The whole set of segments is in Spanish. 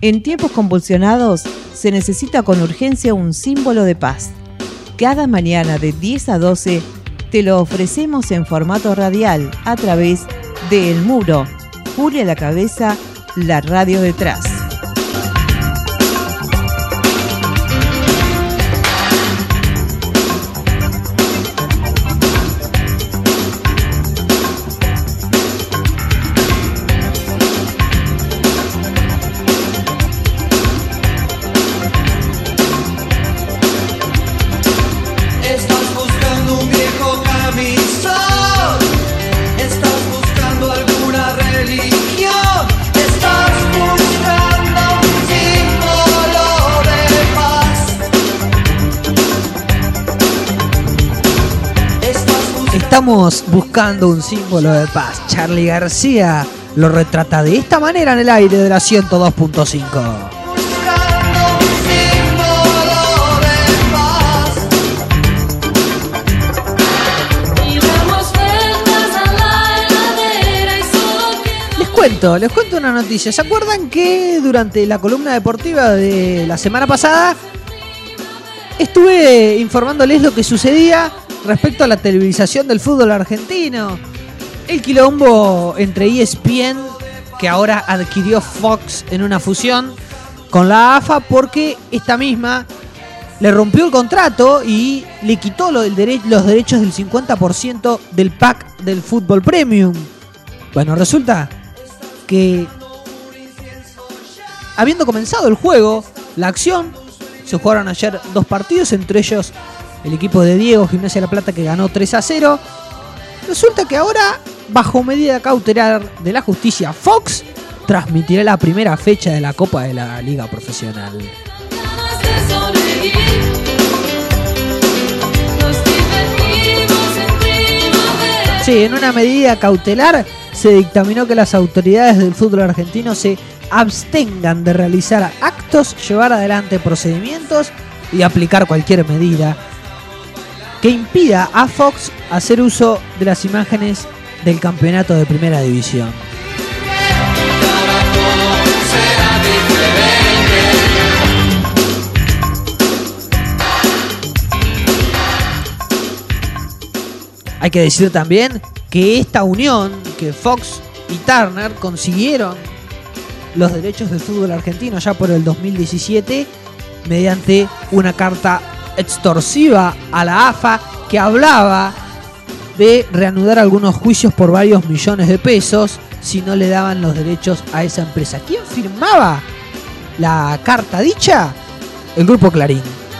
En tiempos convulsionados se necesita con urgencia un símbolo de paz. Cada mañana de 10 a 12 te lo ofrecemos en formato radial a través de El Muro, Julia la Cabeza, la radio detrás. Estamos buscando un símbolo de paz. Charly García lo retrata de esta manera en el aire de la 102.5. Les cuento una noticia. ¿Se acuerdan que durante la columna deportiva de la semana pasada estuve informándoles lo que sucedía respecto a la televisación del fútbol argentino? El quilombo entre ESPN, que ahora adquirió Fox en una fusión con la AFA, porque esta misma le rompió el contrato y le quitó los derechos del 50% del pack del fútbol premium. Bueno, resulta que habiendo comenzado el juego, la acción, se jugaron ayer 2 partidos, entre ellos el equipo de Diego, Gimnasia de La Plata, que ganó 3-0. Resulta que ahora, bajo medida cautelar de la justicia, Fox transmitirá la primera fecha de la Copa de la Liga Profesional. Sí, en una medida cautelar se dictaminó que las autoridades del fútbol argentino se abstengan de realizar actos, llevar adelante procedimientos y aplicar cualquier medida que impida a Fox hacer uso de las imágenes del campeonato de Primera División. Hay que decir también que esta unión, que Fox y Turner consiguieron los derechos del fútbol argentino ya por el 2017 mediante una carta extorsiva a la AFA que hablaba de reanudar algunos juicios por varios millones de pesos si no le daban los derechos a esa empresa. ¿Quién firmaba la carta dicha? El Grupo Clarín.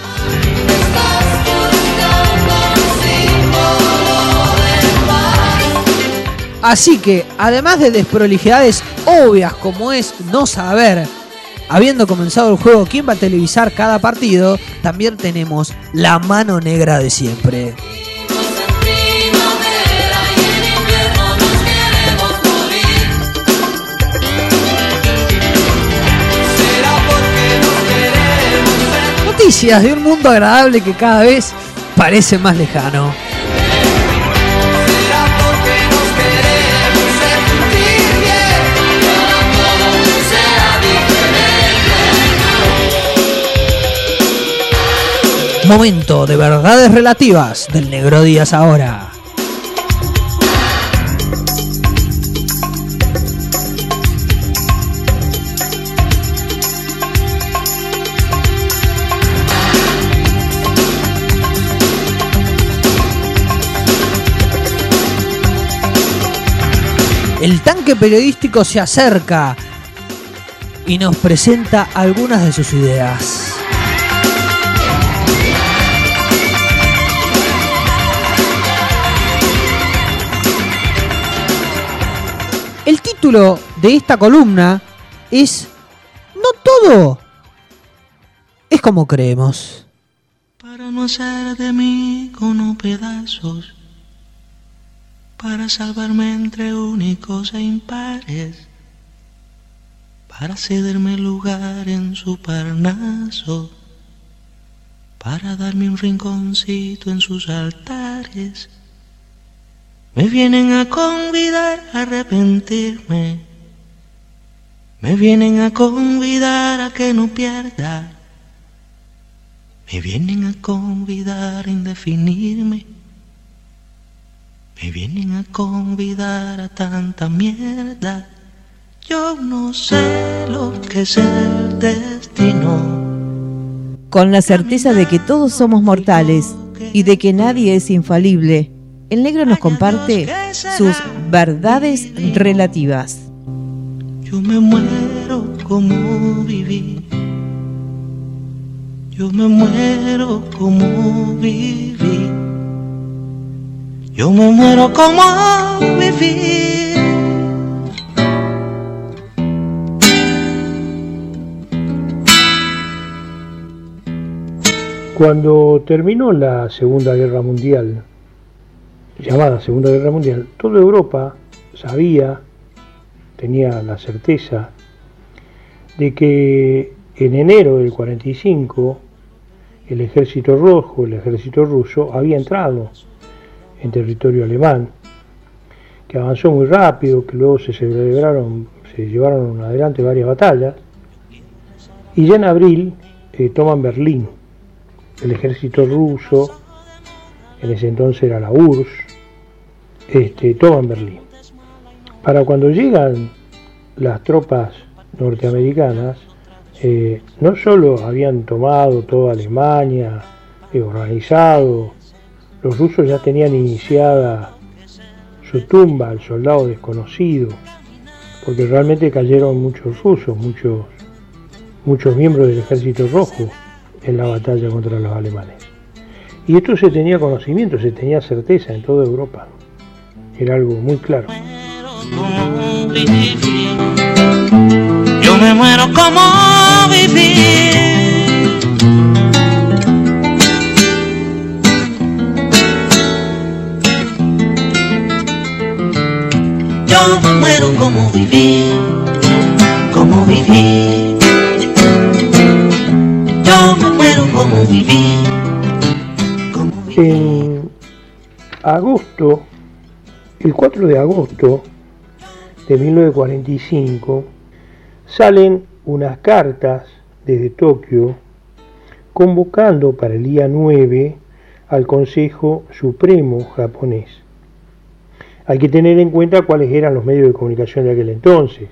Así que, además de desprolijidades obvias como es no saber, habiendo comenzado el juego, quién va a televisar cada partido, también tenemos la mano negra de siempre. Noticias de un mundo agradable que cada vez parece más lejano. Momento de verdades relativas del Negro Díaz ahora. El tanque periodístico se acerca y nos presenta algunas de sus ideas. El título de esta columna es "No todo es como creemos". Para no hacer de mí como pedazos, para salvarme entre únicos e impares, para cederme lugar en su Parnaso, para darme un rinconcito en sus altares. Me vienen a convidar a arrepentirme, Me vienen a convidar a que no pierda. Me vienen a convidar a indefinirme. Me vienen a convidar a tanta mierda. Yo no sé lo que es el destino. Con la certeza de que todos somos mortales y de que nadie es infalible, el negro nos comparte sus verdades relativas. Yo me muero como viví. Yo me muero como viví. Yo me muero como viví. Cuando terminó la Segunda Guerra Mundial, llamada Segunda Guerra Mundial, toda Europa sabía, tenía la certeza de que en enero del 45 el ejército rojo, el ejército ruso, había entrado en territorio alemán, que avanzó muy rápido, que luego se llevaron adelante varias batallas, y ya en abril toman Berlín. El ejército ruso, en ese entonces era la URSS, toman Berlín. Para cuando llegan las tropas norteamericanas, no solo habían tomado toda Alemania, organizado, los rusos ya tenían iniciada su tumba al soldado desconocido, porque realmente cayeron muchos rusos, muchos miembros del ejército rojo en la batalla contra los alemanes. Y esto se tenía conocimiento, se tenía certeza en toda Europa. Era algo muy claro. Yo me muero como viví. Yo me muero como viví, como viví. Yo me muero como viví, como viví. En agosto, el 4 de agosto de 1945, salen unas cartas desde Tokio convocando para el día 9 al Consejo Supremo japonés. Hay que tener en cuenta cuáles eran los medios de comunicación de aquel entonces.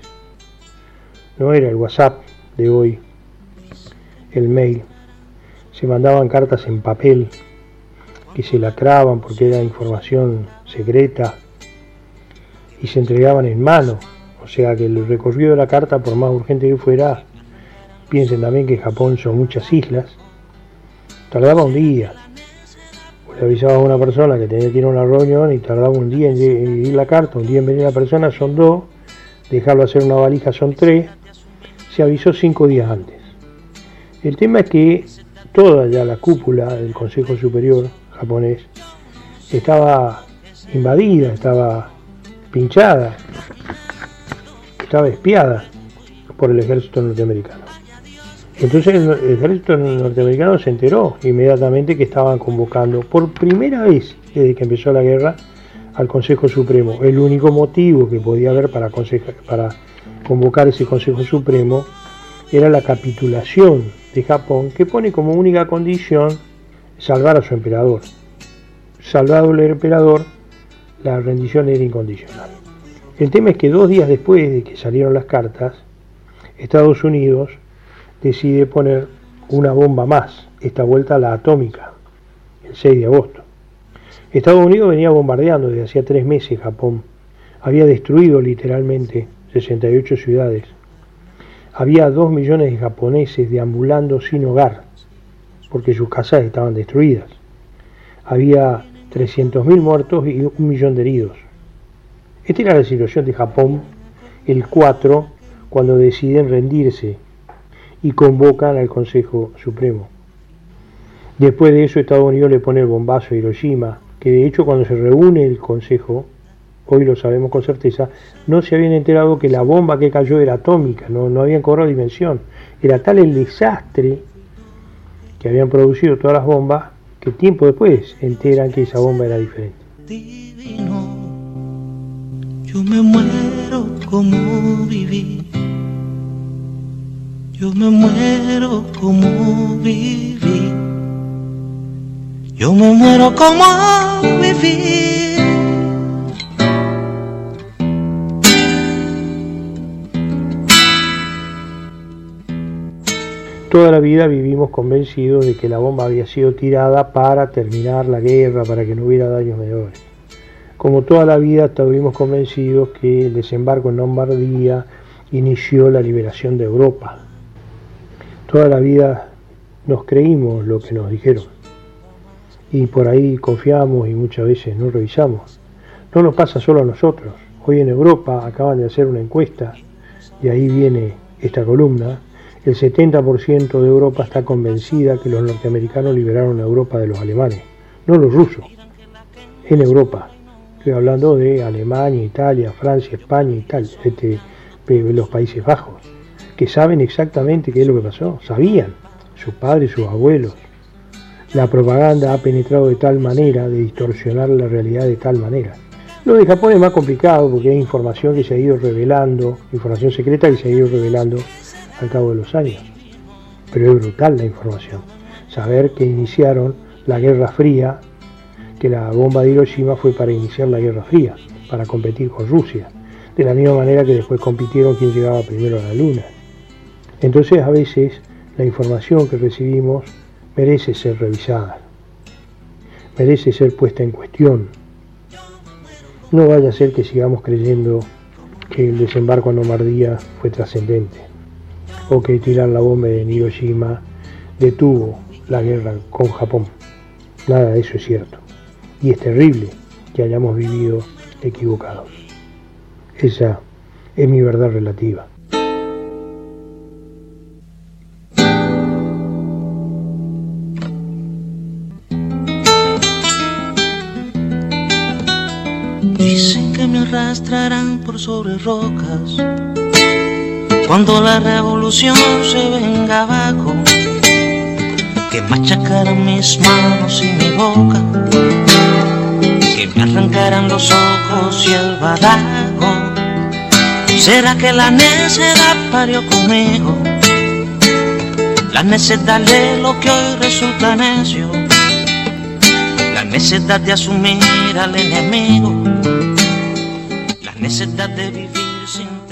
No era el WhatsApp de hoy, el mail. Se mandaban cartas en papel que se lacraban porque era información secreta y se entregaban en mano. O sea que el recorrido de la carta, por más urgente que fuera, piensen también que Japón son muchas islas, tardaba un día. Le avisaba a una persona que tenía que ir a una reunión y tardaba un día en ir la carta, un día en venir la persona, son 2, dejarlo hacer una valija son 3, se avisó 5 días antes. El tema es que toda ya la cúpula del Consejo Superior japonés estaba invadida, estaba pinchada, estaba espiada por el ejército norteamericano. Entonces el ejército norteamericano se enteró inmediatamente que estaban convocando por primera vez desde que empezó la guerra al Consejo Supremo. El único motivo que podía haber para convocar ese Consejo Supremo era la capitulación de Japón, que pone como única condición salvar a su emperador. Salvado el emperador, la rendición era incondicional. El tema es que 2 días después de que salieron las cartas, Estados Unidos decide poner una bomba más, esta vuelta la atómica, el 6 de agosto. Estados Unidos venía bombardeando desde hacía 3 meses Japón. Había destruido literalmente 68 ciudades. Había 2 millones de japoneses deambulando sin hogar, porque sus casas estaban destruidas. Había 300.000 muertos y 1 millón de heridos. Esta era la situación de Japón el 4, cuando deciden rendirse y convocan al Consejo Supremo. Después de eso Estados Unidos le pone el bombazo a Hiroshima, que de hecho cuando se reúne el Consejo, hoy lo sabemos con certeza, no se habían enterado que la bomba que cayó era atómica, no habían cobrado dimensión. Era tal el desastre que habían producido todas las bombas que tiempo después se enteran que esa bomba era diferente. Divino, yo me muero como viví. Yo me muero como viví. Yo me muero como viví. Toda la vida vivimos convencidos de que la bomba había sido tirada para terminar la guerra, para que no hubiera daños mayores. Como toda la vida estuvimos convencidos que el desembarco en Normandía inició la liberación de Europa. Toda la vida nos creímos lo que nos dijeron y por ahí confiamos y muchas veces no revisamos. No nos pasa solo a nosotros. Hoy en Europa acaban de hacer una encuesta y ahí viene esta columna. El 70% de Europa está convencida que los norteamericanos liberaron a Europa de los alemanes, no los rusos. En Europa, estoy hablando de Alemania, Italia, Francia, España, Italia, los Países Bajos, que saben exactamente qué es lo que pasó, sabían, sus padres, sus abuelos. La propaganda ha penetrado de tal manera, de distorsionar la realidad de tal manera. Lo de Japón es más complicado porque hay información que se ha ido revelando, información secreta que se ha ido revelando al cabo de los años. Pero es brutal la información. Saber que iniciaron la Guerra Fría, que la bomba de Hiroshima fue para iniciar la Guerra Fría, para competir con Rusia, de la misma manera que después compitieron quién llegaba primero a la Luna. Entonces a veces la información que recibimos merece ser revisada, merece ser puesta en cuestión. No vaya a ser que sigamos creyendo que el desembarco en Normandía fue trascendente, o que tirar la bomba en Hiroshima detuvo la guerra con Japón. Nada de eso es cierto. Y es terrible que hayamos vivido equivocados. Esa es mi verdad relativa. Dicen que me arrastrarán por sobre rocas cuando la revolución se venga abajo, que machacarán mis manos y mi boca, que me arrancarán los ojos y el badajo. ¿Será que la necedad parió conmigo? La necedad de lo que hoy resulta necio, la necedad de asumir al enemigo, la necedad de vivir sin